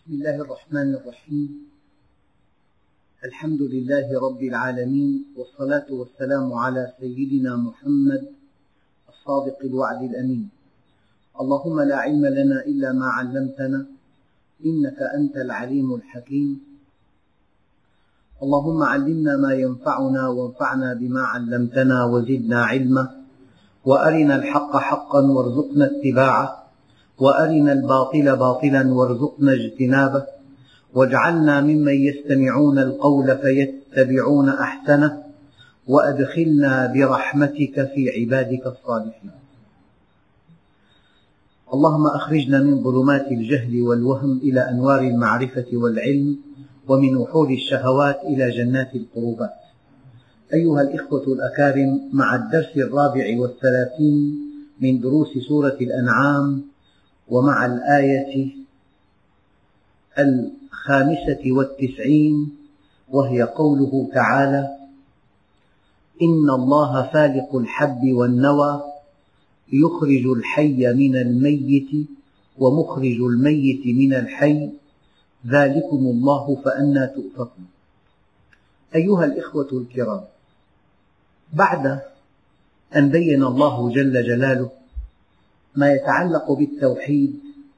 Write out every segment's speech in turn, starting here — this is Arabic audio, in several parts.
بسم الله الرحمن الرحيم. الحمد لله رب العالمين، والصلاة والسلام على سيدنا محمد الصادق الوعد الأمين. اللهم لا علم لنا إلا ما علمتنا إنك أنت العليم الحكيم. اللهم علمنا ما ينفعنا وانفعنا بما علمتنا وزدنا علما، وأرنا الحق حقا وارزقنا اتباعه، وأرنا الباطل باطلا وارزقنا اجتنابه، واجعلنا ممن يستمعون القول فيتبعون أحسنه، وأدخلنا برحمتك في عبادك الصالحين. اللهم أخرجنا من ظلمات الجهل والوهم إلى أنوار المعرفة والعلم، ومن وحول الشهوات إلى جنات القربات. أيها الإخوة الأكارم، مع الدرس 34 من دروس سورة الأنعام، ومع الآية 95، وهي قوله تعالى: إن الله فالق الحب والنوى يخرج الحي من الميت ومخرج الميت من الحي ذلكم الله فأنى تؤفكون. أيها الإخوة الكرام، بعد أن بين الله جل جلاله ما يتعلق بالتوحيد،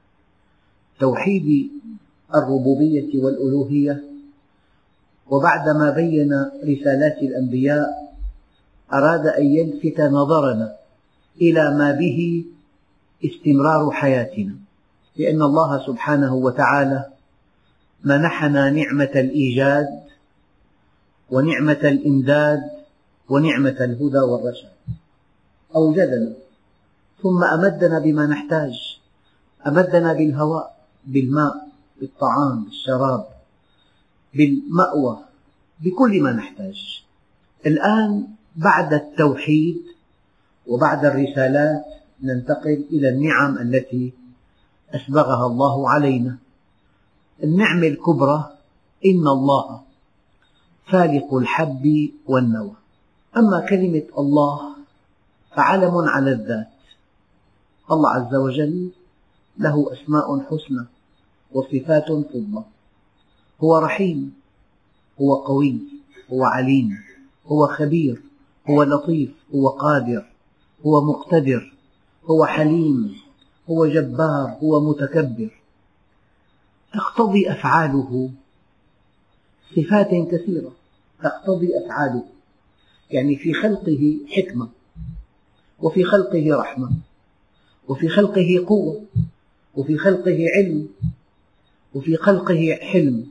توحيد الربوبية والألوهية، وبعدما بين رسالات الأنبياء، أراد أن يلفت نظرنا إلى ما به استمرار حياتنا، لأن الله سبحانه وتعالى منحنا نعمة الإيجاد ونعمة الإمداد ونعمة الهدى والرشاد. أوجدنا ثم أمدنا بما نحتاج، أمدنا بالهواء، بالماء، بالطعام، بالشراب، بالمأوى، بكل ما نحتاج. الآن بعد التوحيد وبعد الرسالات ننتقل إلى النعم التي أسبغها الله علينا. النعمة الكبرى: إن الله فالق الحب والنوى. أما كلمة الله فعلم على الذات. الله عز وجل له أسماء حسنى وصفات فضة. هو رحيم، هو قوي، هو عليم، هو خبير، هو لطيف، هو قادر، هو مقتدر، هو حليم، هو جبار، هو متكبر. تقتضي أفعاله صفات كثيرة، تقتضي أفعاله، يعني في خلقه حكمة، وفي خلقه رحمة، وفي خلقه قوة، وفي خلقه علم، وفي خلقه حلم.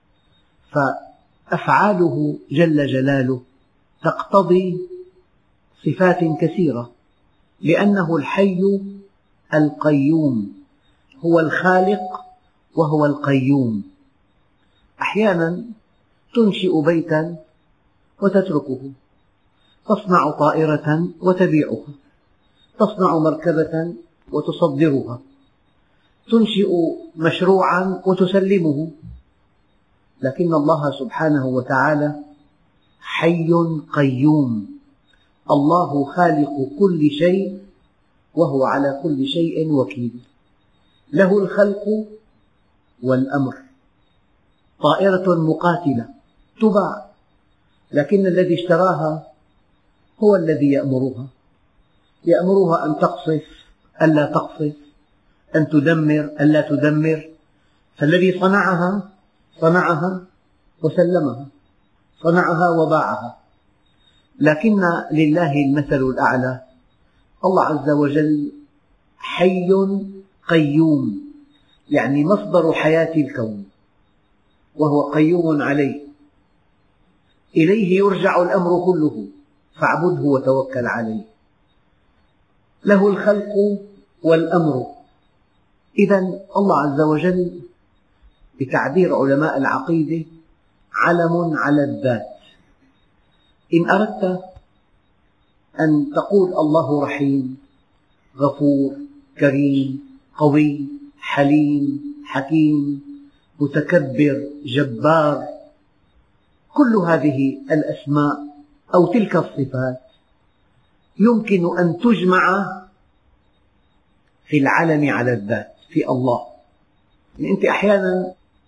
فأفعاله جل جلاله تقتضي صفات كثيرة، لأنه الحي القيوم، هو الخالق وهو القيوم. أحيانا تنشئ بيتا وتتركه، تصنع طائرة وتبيعها، تصنع مركبة وتصدرها، تنشئ مشروعا وتسلمه. لكن الله سبحانه وتعالى حي قيوم، الله خالق كل شيء وهو على كل شيء وكيل، له الخلق والأمر. طائرة مقاتلة تباع، لكن الذي اشتراها هو الذي يأمرها أن تقصف ألا تقصف، أن تدمر ألا تدمر. فالذي صنعها وسلمها، صنعها وباعها. لكن لله المثل الأعلى. الله عز وجل حي قيوم، يعني مصدر حياة الكون، وهو قيوم عليه. إليه يرجع الأمر كله، فاعبده وتوكل عليه. له الخلق والأمر. إذن الله عز وجل بتعبير علماء العقيدة علم على الذات. إن أردت أن تقول الله رحيم، غفور، كريم، قوي، حليم، حكيم، متكبر، جبار، كل هذه الأسماء أو تلك الصفات يمكن أن تجمع في العلم على الذات، في الله. يعني أنت أحيانا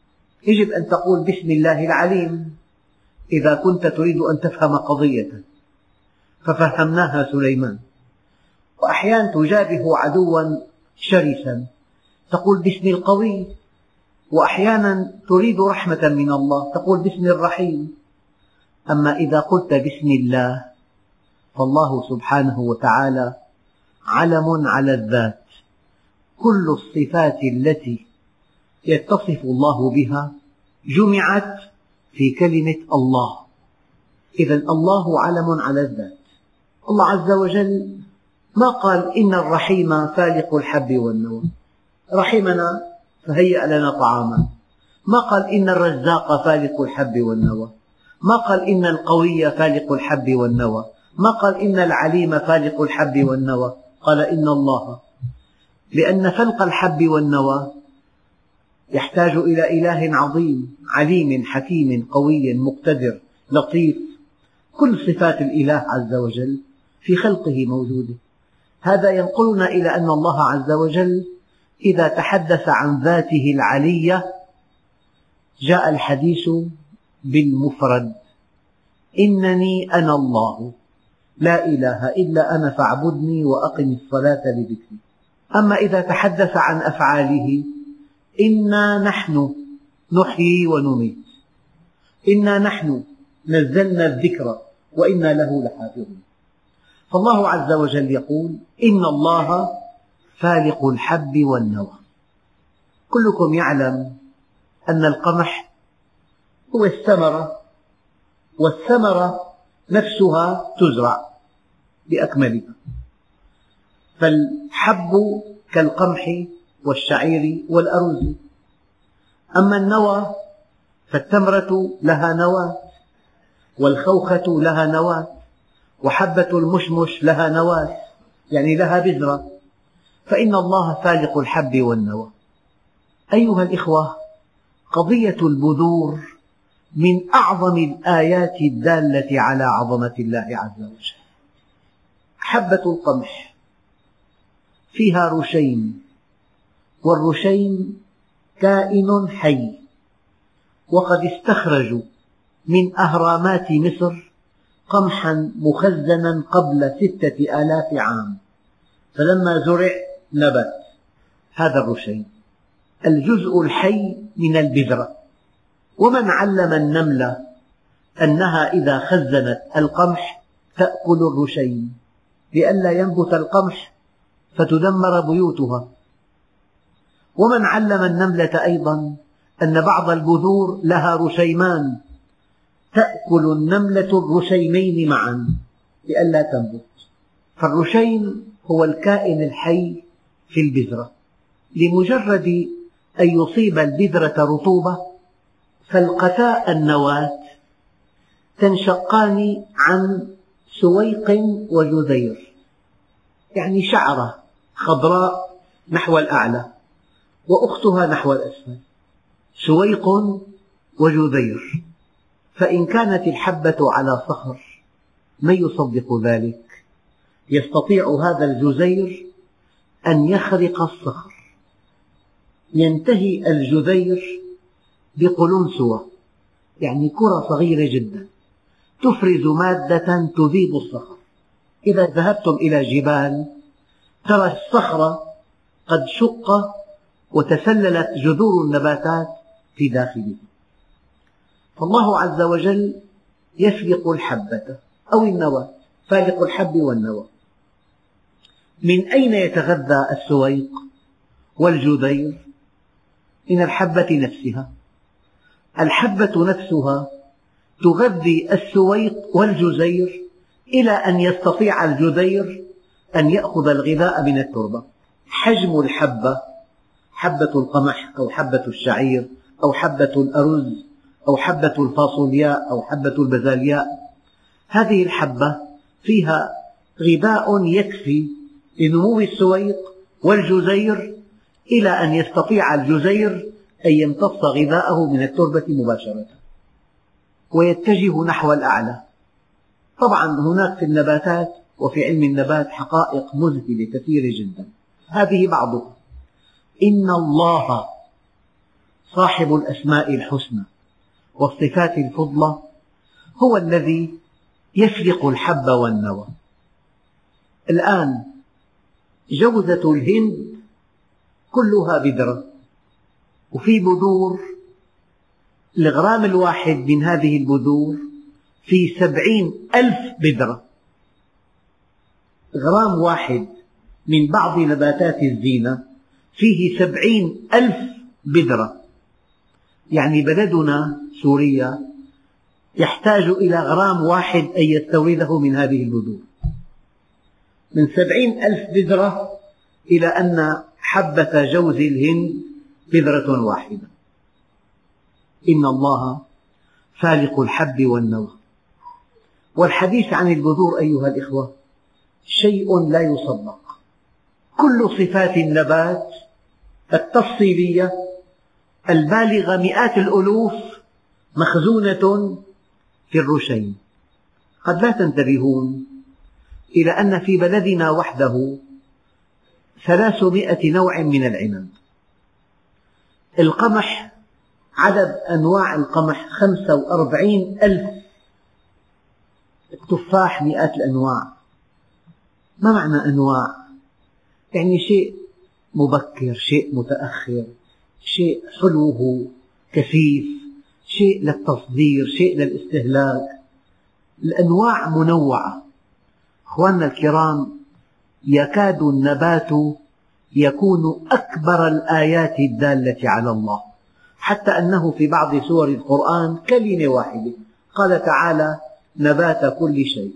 يجب أن تقول بسم الله العليم إذا كنت تريد أن تفهم قضية، ففهمناها سليمان. وأحيانا تجابه عدوا شرسا تقول باسم القوي، وأحيانا تريد رحمة من الله تقول باسم الرحيم. أما إذا قلت بسم الله فالله سبحانه وتعالى علم على الذات، كل الصفات التي يتصف الله بها جمعت في كلمة الله. إذن الله علم على الذات. الله عز وجل ما قال إن الرحيم فالق الحب والنوى، رحمنا فهيأ لنا طعاما. ما قال إن الرزاق فالق الحب والنوى، ما قال إن القوي فالق الحب والنوى، ما قال إن العليم فالق الحب والنوى، قال إن الله، لأن فلق الحب والنوى يحتاج إلى إله عظيم عليم حكيم قوي مقتدر لطيف. كل صفات الإله عز وجل في خلقه موجودة. هذا ينقلنا إلى أن الله عز وجل إذا تحدث عن ذاته العلية جاء الحديث بالمفرد: إنني أنا الله لا إله إلا أنا فاعبدني وأقم الصلاة لذكري. أما إذا تحدث عن أفعاله: إنا نحن نحيي ونميت، إنا نحن نزلنا الذكر وإنا له لحافظون. فالله عز وجل يقول: إن الله فالق الحب والنوى. كلكم يعلم أن القمح هو الثمرة، والثمرة نفسها تزرع بأكملها، فالحب كالقمح والشعير والأرز. أما النوى فالتمرة لها نواة، والخوخة لها نواة، وحبة المشمش لها نواة، يعني لها بذرة. فإن الله فالق الحب والنوى. أيها الإخوة، قضية البذور من أعظم الآيات الدالة على عظمة الله عز وجل. حبة القمح فيها رشيم، والرشيم كائن حي، وقد استخرجوا من أهرامات مصر قمحا مخزنا قبل 6000 عام، فلما زرع نبت هذا الرشيم، الجزء الحي من البذرة. ومن علم النملة أنها إذا خزنت القمح تأكل الرشيم لئلا ينبت القمح فتدمر بيوتها. ومن علم النملة أيضا أن بعض البذور لها رشيمان تأكل النملة الرشيمين معا لئلا تنبت. فالرشيم هو الكائن الحي في البذرة. لمجرد أن يصيب البذرة رطوبة فالقتا النواة تنشقان عن سويق وجذير، يعني شعرة خضراء نحو الأعلى وأختها نحو الأسفل، سويق وجذير. فإن كانت الحبة على صخر من يصدق ذلك؟ يستطيع هذا الجذير أن يخرق الصخر. ينتهي الجذير بقلنسوة، يعني كرة صغيرة جدا تفرز مادة تذيب الصخر. إذا ذهبتم إلى جبال ترى الصخرة قد شق وتسللت جذور النباتات في داخله. فالله عز وجل يفلق الحبة أو النوى، فالق الحب والنوى. من أين يتغذى السويق والجذير؟ من الحبة نفسها. الحبة نفسها تغذي السويق والجذير إلى أن يستطيع الجذير أن يأخذ الغذاء من التربة. حجم الحبة، حبة القمح أو حبة الشعير أو حبة الأرز أو حبة الفاصولياء أو حبة البازالياء، هذه الحبة فيها غذاء يكفي لنمو السويق والجذير إلى أن يستطيع الجذير أن يمتص غذاءه من التربة مباشرة ويتجه نحو الأعلى. طبعا هناك في النباتات وفي علم النبات حقائق مذهلة كثيرة جدا، هذه بعضها. إن الله صاحب الأسماء الحسنى والصفات الفضلى هو الذي يفلق الحب والنوى. الآن جوزة الهند كلها بذرة، وفي بذور، الغرام الواحد من هذه البذور فيه 70,000 بذرة. غرام واحد من بعض نباتات الزينة فيه 70,000 بذرة. يعني بلدنا سوريا يحتاج إلى غرام واحد أن يستورده من هذه البذور، من 70,000 بذرة إلى أن حبة جوز الهند بذرة واحدة. إن الله فالق الحب والنوى. والحديث عن البذور أيها الإخوة شيء لا يصدق. كل صفات النبات التفصيلية البالغة مئات الألوف مخزونة في الرشين. قد لا تنتبهون إلى أن في بلدنا وحده 300 نوع من العنب. القمح، عدد أنواع القمح 45,000. التفاح مئات الأنواع. ما معنى أنواع؟ يعني شيء مبكر، شيء متأخر، شيء حلوه كثيف، شيء للتصدير، شيء للاستهلاك. الأنواع منوعة. أخواننا الكرام، يكاد النبات يكون أكبر الآيات الدالة على الله، حتى أنه في بعض سور القرآن كلمة واحدة قال تعالى نبات كل شيء.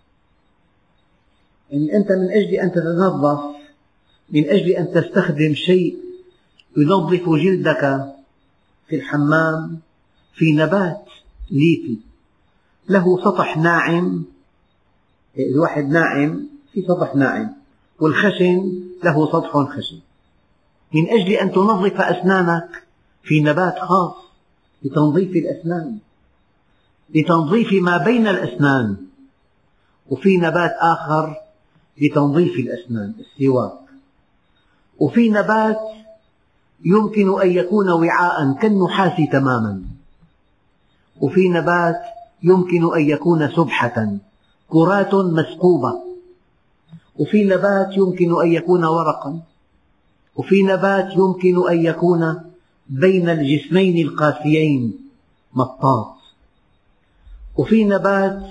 يعني أنت من أجل أن تتنظف، من أجل أن تستخدم شيء ينظف جلدك في الحمام، في نبات ليفي له سطح ناعم. الواحد ناعم في سطح ناعم، والخشن له سطح خشن. من أجل أن تنظف أسنانك في نبات خاص لتنظيف الأسنان، لتنظيف ما بين الأسنان، وفي نبات آخر لتنظيف الأسنان السواك، وفي نبات يمكن أن يكون وعاء كالنحاس تماما، وفي نبات يمكن أن يكون سبحة كرات مسكوبة، وفي نبات يمكن أن يكون ورقا، وفي نبات يمكن أن يكون بين الجسمين القاسيين مطاط، وفي نبات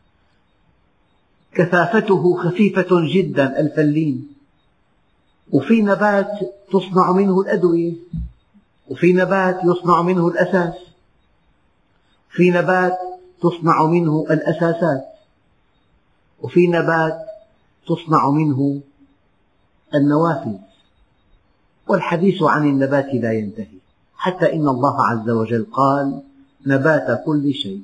كثافته خفيفة جدا الفلين، وفي نبات تصنع منه الأدوية، وفي نبات يصنع منه الأساس، في نبات تصنع منه الأساسات، وفي نبات تصنع منه النوافذ. والحديث عن النبات لا ينتهي، حتى إن الله عز وجل قال نبات كل شيء.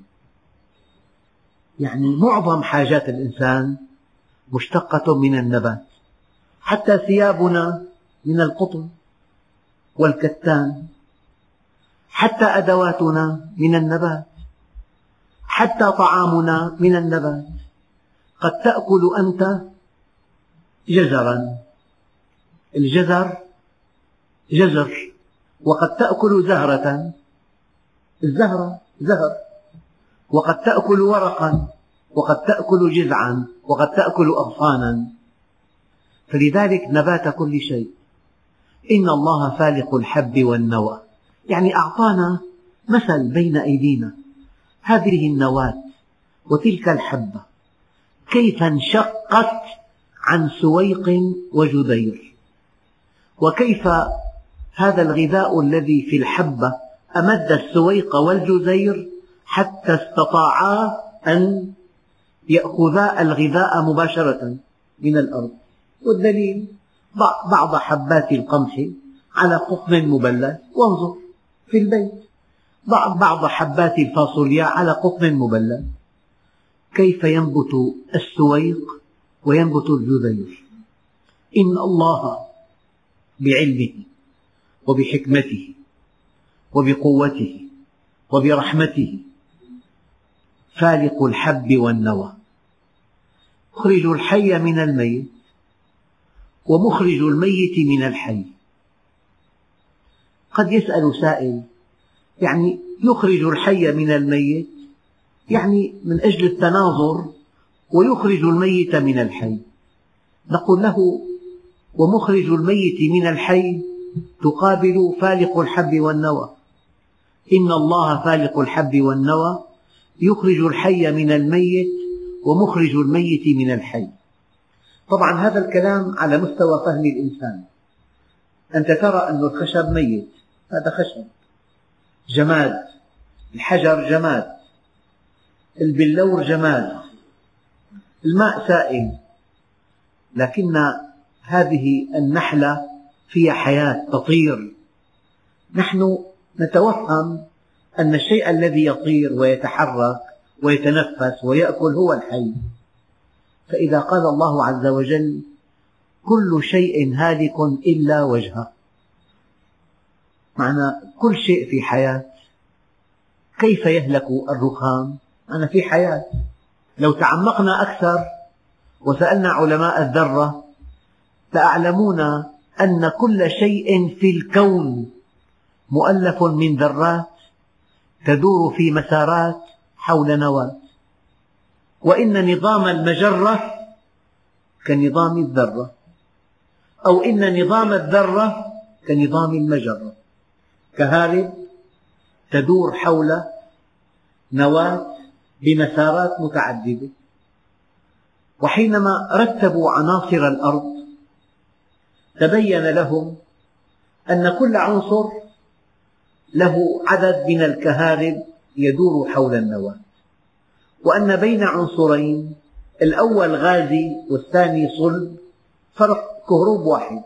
يعني معظم حاجات الإنسان مشتقة من النبات، حتى ثيابنا من القطن والكتان، حتى أدواتنا من النبات، حتى طعامنا من النبات. قد تأكل أنت جزرا، الجزر جزر، وقد تأكل زهرة، الزهرة زهر، وقد تأكل ورقا، وقد تأكل جذعا، وقد تأكل أغصانا. فلذلك نبات كل شيء. إن الله فالق الحب والنوى، يعني أعطانا مثل بين أيدينا. هذه النواة وتلك الحبة كيف انشقت عن سويق وجذير، وكيف هذا الغذاء الذي في الحبة أمد السويق والجذير حتى استطاعا أن يأخذا الغذاء مباشرة من الأرض. والدليل بعض حبات القمح على قطن مبلل، وانظر في البيت بعض حبات الفاصوليا على قطن مبلل، كيف ينبت السويق وينبت الجذير. إن الله بعلمه وبحكمته وبقوته وبرحمته فالق الحب والنوى، مخرج الحي من الميت ومخرج الميت من الحي. قد يسأل سائل يعني يخرج الحي من الميت، يعني من أجل التناظر، ويخرج الميت من الحي. نقول له ومخرج الميت من الحي تقابل فالق الحب والنوى، إن الله فالق الحب والنوى يخرج الحي من الميت ومخرج الميت من الحي. طبعا هذا الكلام على مستوى فهم الإنسان. أنت ترى أن الخشب ميت، هذا خشب جماد، الحجر جماد، البلور جماد، الماء سائل، لكن هذه النحلة فيها حياة تطير. نحن نتوهم أن الشيء الذي يطير ويتحرك ويتنفس ويأكل هو الحي. فإذا قال الله عز وجل كل شيء هالك إلا وجهه، معنى كل شيء في حياة. كيف يهلك الرخام؟ معنى في حياة. لو تعمقنا أكثر وسألنا علماء الذرة لأعلمون أن كل شيء في الكون مؤلف من ذرات تدور في مسارات حول نواة، وإن نظام المجرة كنظام الذرة، أو إن نظام الذرة كنظام المجرة، كهالب تدور حول نواة بمسارات متعددة. وحينما رتبوا عناصر الأرض تبين لهم أن كل عنصر له عدد من الكهارب يدور حول النواة، وأن بين عنصرين الأول غازي والثاني صلب فرق كهرب واحد.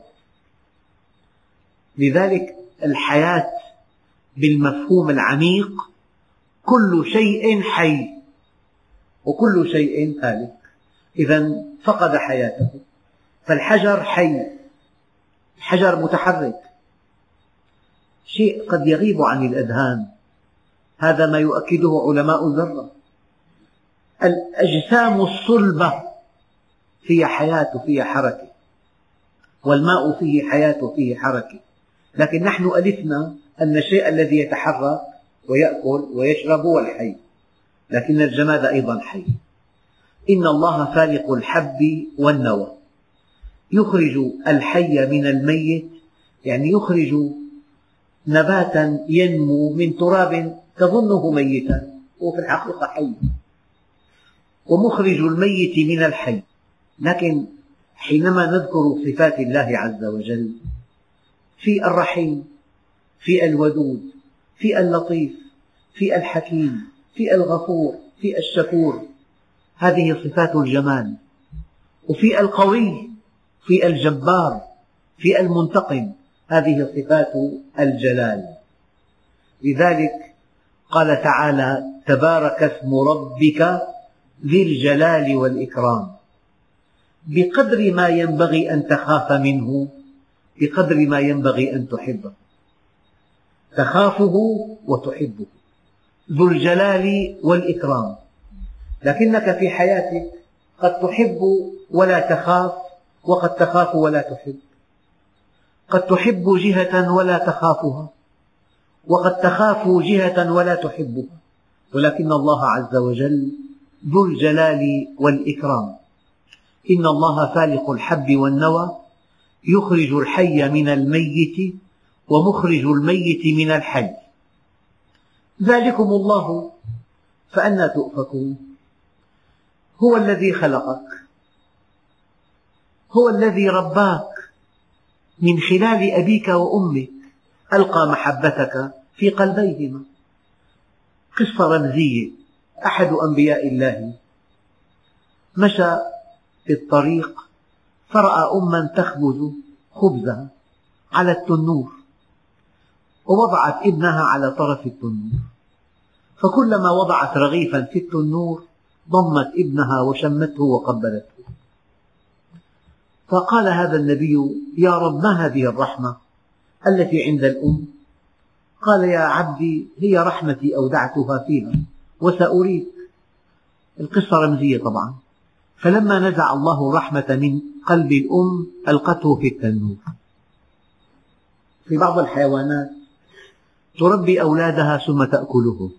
لذلك الحياة بالمفهوم العميق كل شيء حي وكل شيء هالك، إذا فقد حياته. فالحجر حي، الحجر متحرك، شيء قد يغيب عن الأذهان، هذا ما يؤكده علماء الذرة. الأجسام الصلبة فيها حياة وفيها حركة، والماء فيه حياة وفيه حركة، لكن نحن ألفنا أن الشيء الذي يتحرك ويأكل ويشرب هو الحي، لكن الجماد أيضا حي. إن الله فالق الحب والنوى يخرج الحي من الميت، يعني يخرج نباتا ينمو من تراب تظنه ميتا وفي الحقيقة حي، ومخرج الميت من الحي. لكن حينما نذكر صفات الله عز وجل في الرحيم، في الودود، في اللطيف، في الحكيم، في الغفور، في الشكور، هذه صفات الجمال. وفي القوي، في الجبار، في المنتقم، هذه صفات الجلال. لذلك قال تعالى تبارك اسم ربك ذي الجلال والإكرام. بقدر ما ينبغي أن تخاف منه بقدر ما ينبغي أن تحبه، تخافه وتحبه، ذو الجلال والإكرام. لكنك في حياتك قد تحب ولا تخاف، وقد تخاف ولا تحب، قد تحب جهة ولا تخافها، وقد تخاف جهة ولا تحبها، ولكن الله عز وجل ذو الجلال والإكرام. إن الله فالق الحب والنوى يخرج الحي من الميت ومخرج الميت من الحي. ذلكم الله فأنى تؤفكون. هو الذي خلقك، هو الذي رباك من خلال أبيك وأمك، ألقى محبتك في قلبيهما. قصة رمزية. أحد أنبياء الله مشى في الطريق فرأى أما تخبز خبزها على التنور، ووضعت ابنها على طرف التنور، فكلما وضعت رغيفا في التنور ضمت ابنها وشمته وقبلته. فقال هذا النبي يا رب ما هذه الرحمة التي عند الأم؟ قال يا عبدي هي رحمتي أودعتها فيها وسأريك. القصة رمزية طبعا. فلما نزع الله الرحمة من قلب الأم ألقته في التنور. في بعض الحيوانات تربي أولادها ثم تأكلهم.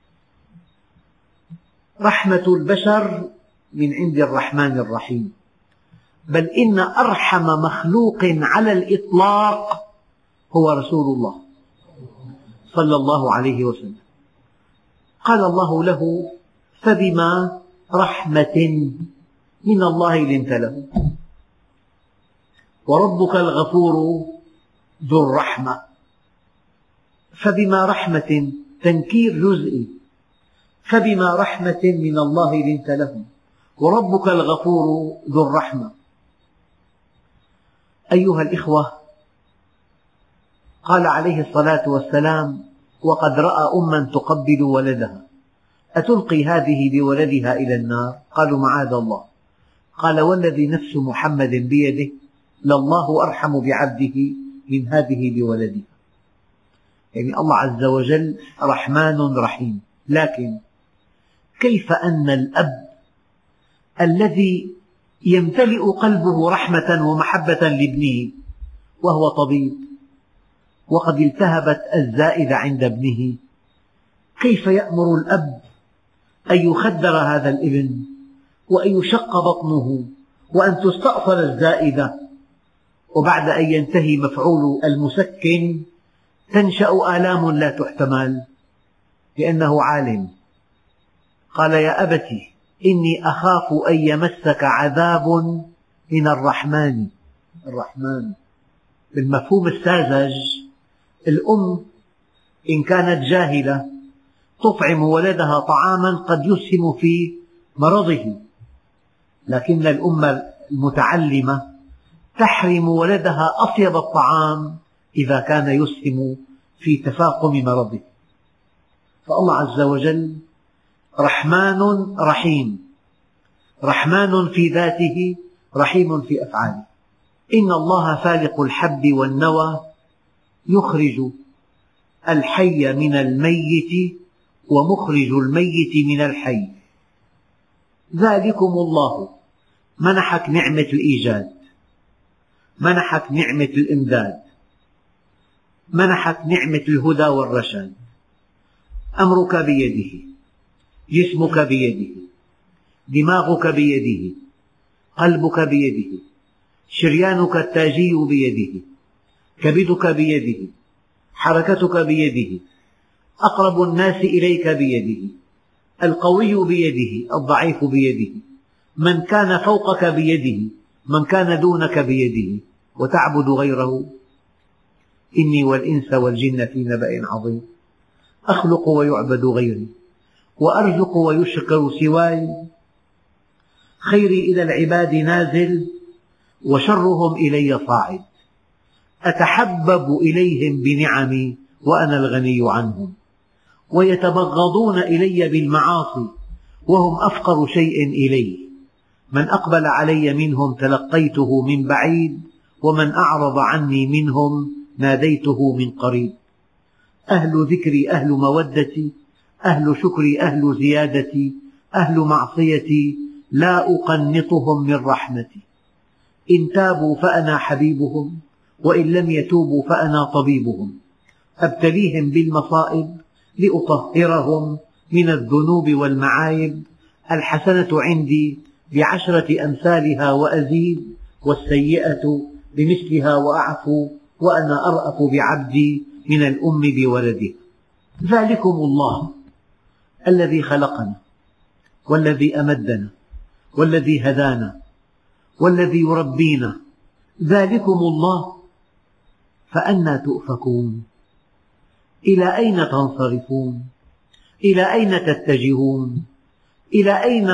رحمة البشر من عند الرحمن الرحيم، بل إن أرحم مخلوق على الإطلاق هو رسول الله صلى الله عليه وسلم. قال الله له: فبما رحمة من الله لنت له، وربك الغفور ذو الرحمة. فبما رحمة تنكير جزئي، فبما رحمة من الله لنت له، وربك الغفور ذو الرحمة. أيها الإخوة، قال عليه الصلاة والسلام: وقد رأى أما تقبل ولدها أتلقي هذه بولدها إلى النار؟ قالوا: معاذ الله. قال: والذي نفس محمد بيده لله أرحم بعبده من هذه بولدها. يعني الله عز وجل رحمن رحيم، لكن كيف أن الأب الذي يمتلئ قلبه رحمة ومحبة لابنه وهو طبيب وقد التهبت الزائدة عند ابنه، كيف يأمر الأب أن يخدر هذا الابن وأن يشق بطنه وأن تستأصل الزائدة، وبعد أن ينتهي مفعول المسكن تنشأ آلام لا تحتمل لأنه عالم. قال: يا أبت إني أخاف أن يمسك عذاب من الرحمن. الرحمن بالمفهوم الساذج، الأم إن كانت جاهلة تطعم ولدها طعاما قد يسهم في مرضه، لكن الأم المتعلمة تحرم ولدها أطيب الطعام إذا كان يسهم في تفاقم مرضه. فالله عز وجل رحمن رحيم، رحمن في ذاته، رحيم في أفعاله. إن الله فالق الحب والنوى يخرج الحي من الميت ومخرج الميت من الحي. ذلكم الله منحك نعمة الإيجاد، منحك نعمة الإمداد، منحك نعمة الهدى والرشاد. أمرك بيده، جسمك بيده، دماغك بيده، قلبك بيده، شريانك التاجي بيده، كبدك بيده، حركتك بيده، أقرب الناس إليك بيده، القوي بيده، الضعيف بيده، من كان فوقك بيده، من كان دونك بيده، وتعبد غيره. إني والإنس والجن في نبأ عظيم، أخلق ويعبد غيري، وأرزق ويشكر سواي، خيري إلى العباد نازل، وشرهم إلي صاعد، أتحبب إليهم بنعمي وأنا الغني عنهم، ويتبغضون إلي بالمعاصي وهم أفقر شيء إلي، من أقبل علي منهم تلقيته من بعيد، ومن أعرض عني منهم ناديته من قريب. أهل ذكري أهل مودتي، أهل شكري أهل زيادتي، أهل معصيتي لا أقنطهم من رحمتي، إن تابوا فأنا حبيبهم، وإن لم يتوبوا فأنا طبيبهم، أبتليهم بالمصائب لأطهرهم من الذنوب والمعايب، الحسنة عندي بعشرة أمثالها وأزيد، والسيئة بمثلها وأعفو، وأنا أرأف بعبدي من الأم بولده. ذلكم الله الذي خلقنا والذي أمدنا والذي هدانا والذي يربينا، ذلكم الله، فأنى تؤفكون؟ إلى أين تنصرفون؟ إلى أين تتجهون؟ إلى أين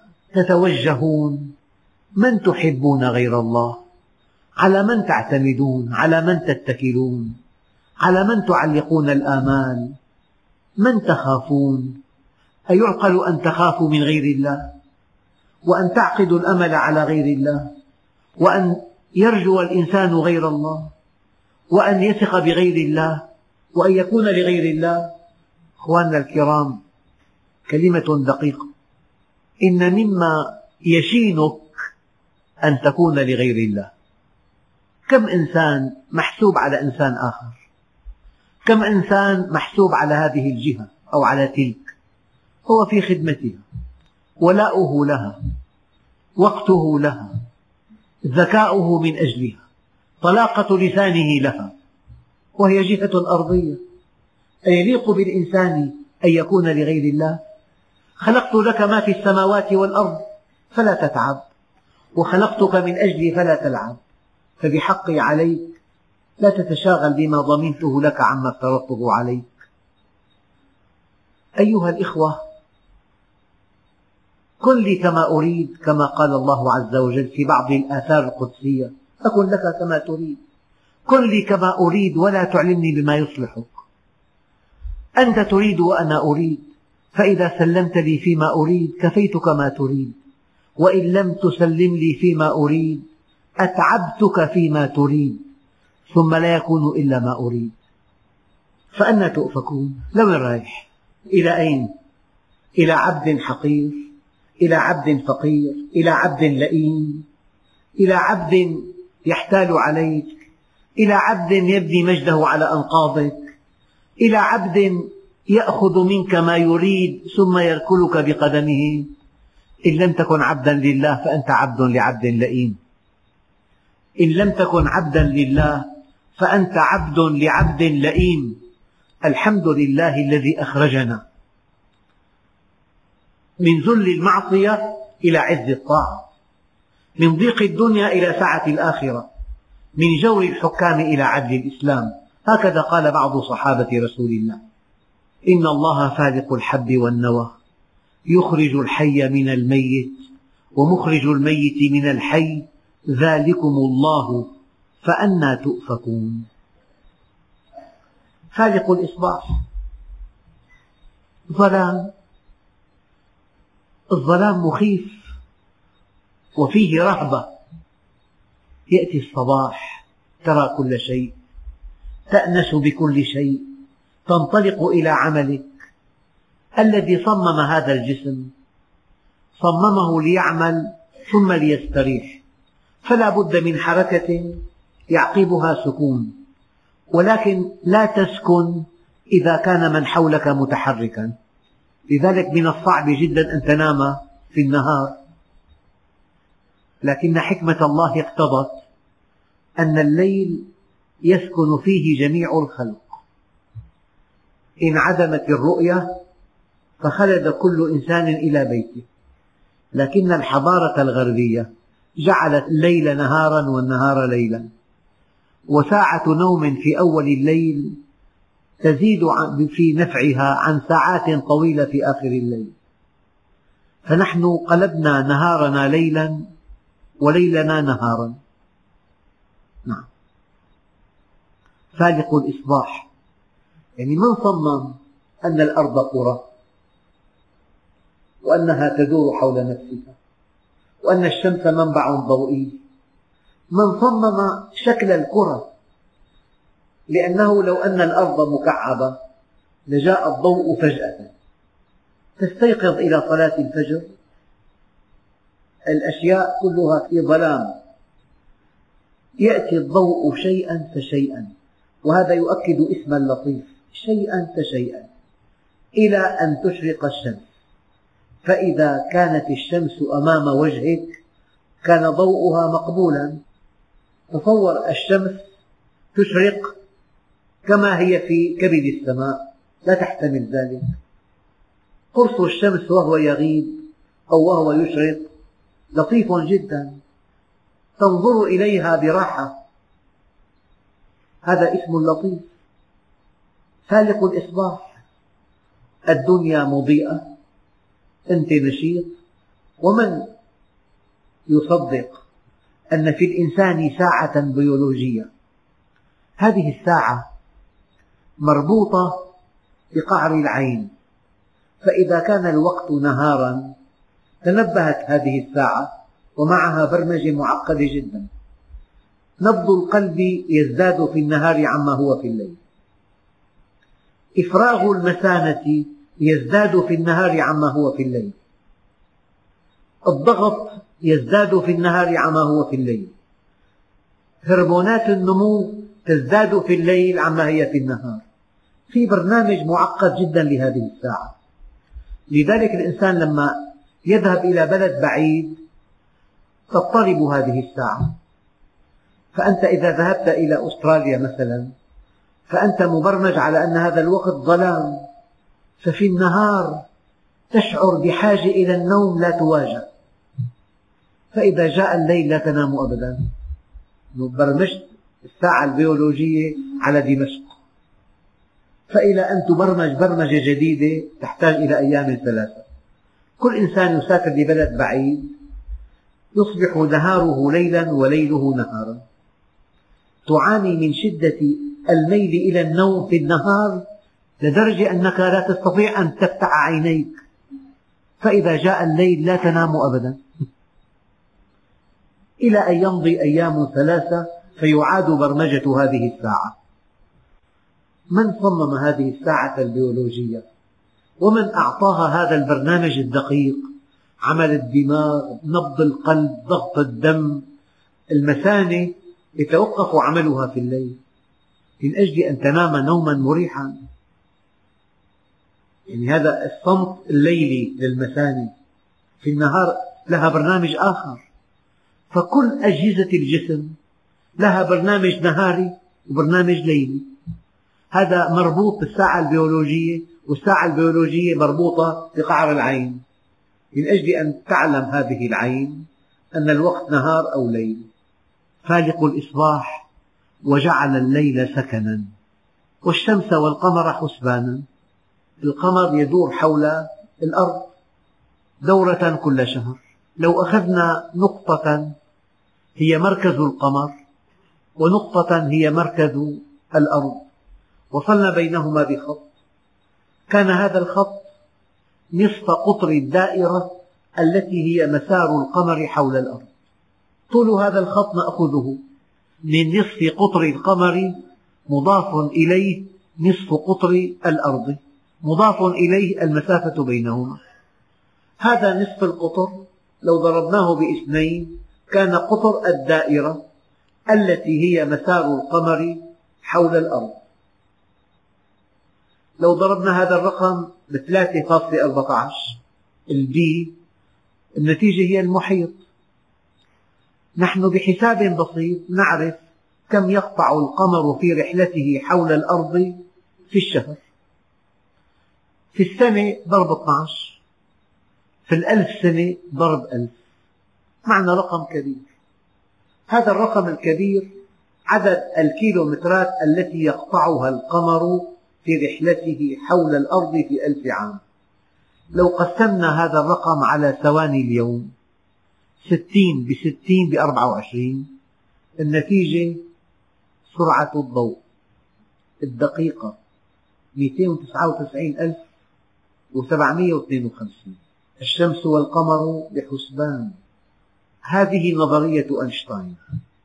تتوجهون؟ من تحبون غير الله؟ على من تعتمدون؟ على من تتكلون؟ على من تعلقون الآمال؟ من تخافون؟ أيعقل أن تخافوا من غير الله، وأن تعقدوا الأمل على غير الله، وأن يرجو الإنسان غير الله، وأن يثق بغير الله، وأن يكون لغير الله؟ أخواننا الكرام، كلمة دقيقة، إن مما يشينك أن تكون لغير الله. كم إنسان محسوب على إنسان آخر، كم إنسان محسوب على هذه الجهة أو على تلك، هو في خدمتها، ولاؤه لها، وقته لها، ذكاؤه من أجلها، طلاقة لسانه لها، وهي جهة أرضية. أيليق بالإنسان أن يكون لغير الله؟ خلقت لك ما في السماوات والأرض فلا تتعب، وخلقتك من أجلي فلا تلعب، فبحقي عليك لا تتشاغل بما ضمنته لك عما افترضته عليك. أيها الإخوة، كن لي كما أريد، كما قال الله عز وجل في بعض الآثار القدسية: أكن لك كما تريد. كن لي كما أريد ولا تعلمني بما يصلحك. أنت تريد وأنا أريد، فإذا سلمت لي فيما أريد كفيتك ما تريد، وإن لم تسلم لي فيما أريد أتعبتك فيما تريد، ثم لا يكون إلا ما أريد. فأنى تؤفكون؟ لوين رايح؟ إلى أين؟ إلى عبد حقير، إلى عبد فقير، إلى عبد لئيم، إلى عبد يحتال عليك، إلى عبد يبني مجده على أنقاضك، إلى عبد يأخذ منك ما يريد ثم يركلك بقدمه. إن لم تكن عبدا لله فأنت عبد لعبد لئيم. إن لم تكن عبدا لله فأنت عبد لعبد لئيم. الحمد لله الذي أخرجنا من ذل المعصية إلى عز الطاعة، من ضيق الدنيا إلى سعة الآخرة، من جور الحكام إلى عدل الإسلام. هكذا قال بعض صحابة رسول الله: إن الله فالق الحب والنوى، يخرج الحي من الميت ومخرج الميت من الحي، ذلكم الله فأنى تؤفكون. فالق الإصباح. الظلام مخيف وفيه رهبة. يأتي الصباح ترى كل شيء، تأنس بكل شيء، تنطلق إلى عملك. الذي صمم هذا الجسم صممه ليعمل ثم ليستريح، فلا بد من حركة يعقبها سكون، ولكن لا تسكن إذا كان من حولك متحركا. لذلك من الصعب جدا أن تنام في النهار، لكن حكمة الله اقتضت أن الليل يسكن فيه جميع الخلق. انعدمت الرؤية فخلد كل إنسان إلى بيته، لكن الحضارة الغربية جعلت الليل نهارا والنهار ليلا، وساعة نوم في أول الليل تزيد في نفعها عن ساعات طويلة في آخر الليل. فنحن قلبنا نهارنا ليلا وليلنا نهارا. نعم، فالق الإصباح. يعني من صمم أن الأرض كرة وأنها تدور حول نفسها وأن الشمس منبع ضوئي؟ من صمم شكل الكرة، لأنه لو أن الأرض مكعبة لجاء الضوء فجأة، تستيقظ إلى صلاة الفجر الأشياء كلها في ظلام، يأتي الضوء شيئا فشيئا، وهذا يؤكد اسم اللطيف: شيئا فشيئا، إلى أن تشرق الشمس. فإذا كانت الشمس أمام وجهك كان ضوءها مقبولا. تصور الشمس تشرق كما هي في كبد السماء، لا تحتمل ذلك. قرص الشمس وهو يغيب أو وهو يشرق لطيف جدا، تنظر إليها براحة، هذا اسم اللطيف. فالق الإصباح. الدنيا مضيئة، أنت نشيط. ومن يصدق أن في الإنسان ساعة بيولوجية؟ هذه الساعة مربوطة بقعر العين، فإذا كان الوقت نهارا تنبهت هذه الساعة ومعها برمجة معقدة جدا. نبض القلب يزداد في النهار عما هو في الليل، إفراغ المثانة يزداد في النهار عما هو في الليل، الضغط يزداد في النهار عما هو في الليل، هرمونات النمو تزداد في الليل عما هي في النهار. في برنامج معقد جدا لهذه الساعة. لذلك الإنسان لما يذهب إلى بلد بعيد تضطرب هذه الساعة. فأنت إذا ذهبت إلى أستراليا مثلا فأنت مبرمج على أن هذا الوقت ظلام، ففي النهار تشعر بحاجة إلى النوم لا تواجه، فإذا جاء الليل لا تنام أبدا. برمجت الساعة البيولوجية على دمشق، فإلى أن تبرمج برمجة جديدة تحتاج إلى أيام ثلاثة. كل إنسان يسافر لبلد بعيد يصبح نهاره ليلا وليله نهارا، تعاني من شدة الميل إلى النوم في النهار لدرجة أنك لا تستطيع أن تفتح عينيك، فإذا جاء الليل لا تنام أبدا، إلى أن يمضي أيام ثلاثة فيعاد برمجة هذه الساعة. من صمم هذه الساعة البيولوجية؟ ومن أعطاها هذا البرنامج الدقيق؟ عمل الدماغ، نبض القلب، ضغط الدم، المثانة يتوقف عملها في الليل من أجل أن تنام نوما مريحا. يعني هذا الصمت الليلي للمثانة، في النهار لها برنامج آخر. فكل أجهزة الجسم لها برنامج نهاري وبرنامج ليلي، هذا مربوط بالساعة البيولوجية، والساعة البيولوجية مربوطة بقعر العين من أجل أن تعلم هذه العين أن الوقت نهار أو ليل. فالق الإصباح وجعل الليل سكنا والشمس والقمر حسبانا. القمر يدور حول الأرض دورة كل شهر. لو أخذنا نقطة هي مركز القمر ونقطة هي مركز الأرض وصلنا بينهما بخط، كان هذا الخط نصف قطر الدائرة التي هي مسار القمر حول الأرض. طول هذا الخط نأخذه من نصف قطر القمر مضاف إليه نصف قطر الأرض مضاف إليه المسافة بينهما. هذا نصف القطر لو ضربناه باثنين كان قطر الدائرة التي هي مسار القمر حول الأرض. لو ضربنا هذا الرقم ب 3.14 البي، النتيجة هي المحيط. نحن بحساب بسيط نعرف كم يقطع القمر في رحلته حول الأرض في الشهر. في السنة ضرب 12، في الألف سنة ضرب 1000، معنى رقم كبير. هذا الرقم الكبير عدد الكيلومترات التي يقطعها القمر في رحلته حول الأرض في 1000 عام. لو قسمنا هذا الرقم على ثواني اليوم 60 ب60 ب24، النتيجة سرعة الضوء الدقيقة 299,752. الشمس والقمر بحسبان. هذه نظرية أينشتاين.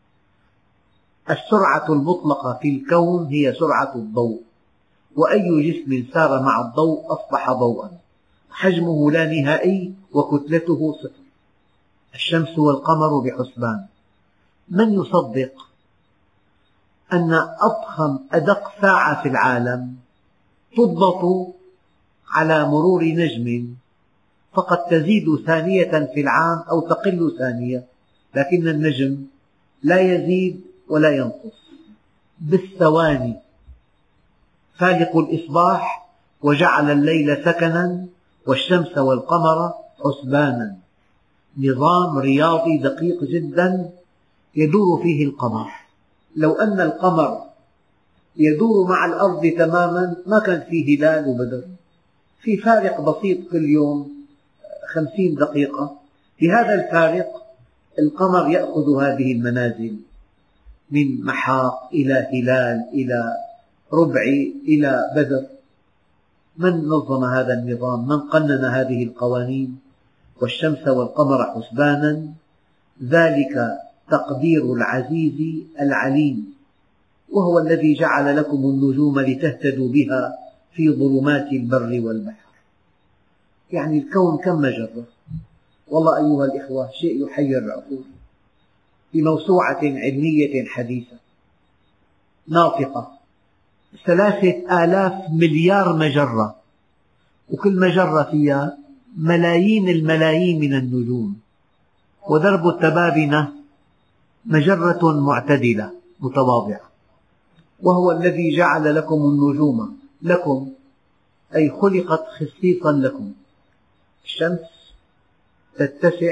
السرعة المطلقة في الكون هي سرعة الضوء، وأي جسم سار مع الضوء أصبح ضوءا، حجمه لا نهائي وكتلته صفر. الشمس والقمر بحسبان. من يصدق أن أضخم أدق ساعة في العالم تضبط على مرور نجم، فقد تزيد ثانية في العام أو تقل ثانية، لكن النجم لا يزيد ولا ينقص بالثواني. فالق الإصباح وجعل الليل سكنا والشمس والقمر حسبانا. نظام رياضي دقيق جدا يدور فيه القمر. لو أن القمر يدور مع الأرض تماما ما كان فيه هلال وبدر، في فارق بسيط كل يوم 50 دقيقة. بهذا الفارق القمر يأخذ هذه المنازل من محاق إلى هلال إلى ربعي إلى بدر. من نظم هذا النظام؟ من قنن هذه القوانين؟ والشمس والقمر حسبانا ذلك تقدير العزيز العليم، وهو الذي جعل لكم النجوم لتهتدوا بها في ظلمات البر والبحر. يعني الكون كم مجرة! والله أيها الإخوة شيء يحير العقول. في موسوعة علمية حديثة ناطقة 3,000 مليار مجرة، وكل مجرة فيها ملايين الملايين من النجوم، ودرب التبابنة مجرة معتدلة متواضعة. وهو الذي جعل لكم النجوم، لكم أي خلقت خصيصا لكم. الشمس تتسع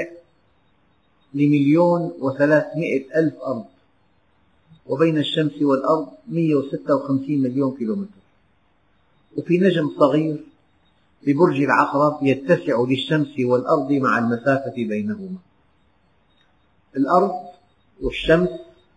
ل1,300,000 أرض، وبين الشمس والأرض 156 مليون كيلومتر. وفي نجم صغير ببرج العقرب يتسع للشمس والأرض مع المسافة بينهما. الأرض والشمس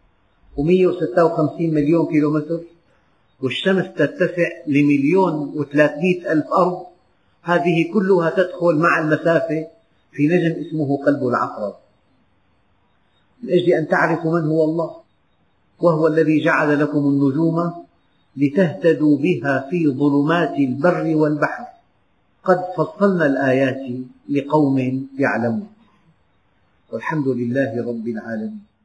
و156 مليون كيلومتر، والشمس تتسع ل1,300,000 أرض، هذه كلها تدخل مع المسافة في نجم اسمه قلب العقرب، من أجل أن تعرفوا من هو الله. وهو الذي جعل لكم النجوم لتهتدوا بها في ظلمات البر والبحر، قد فصلنا الآيات لقوم يعلمون. والحمد لله رب العالمين.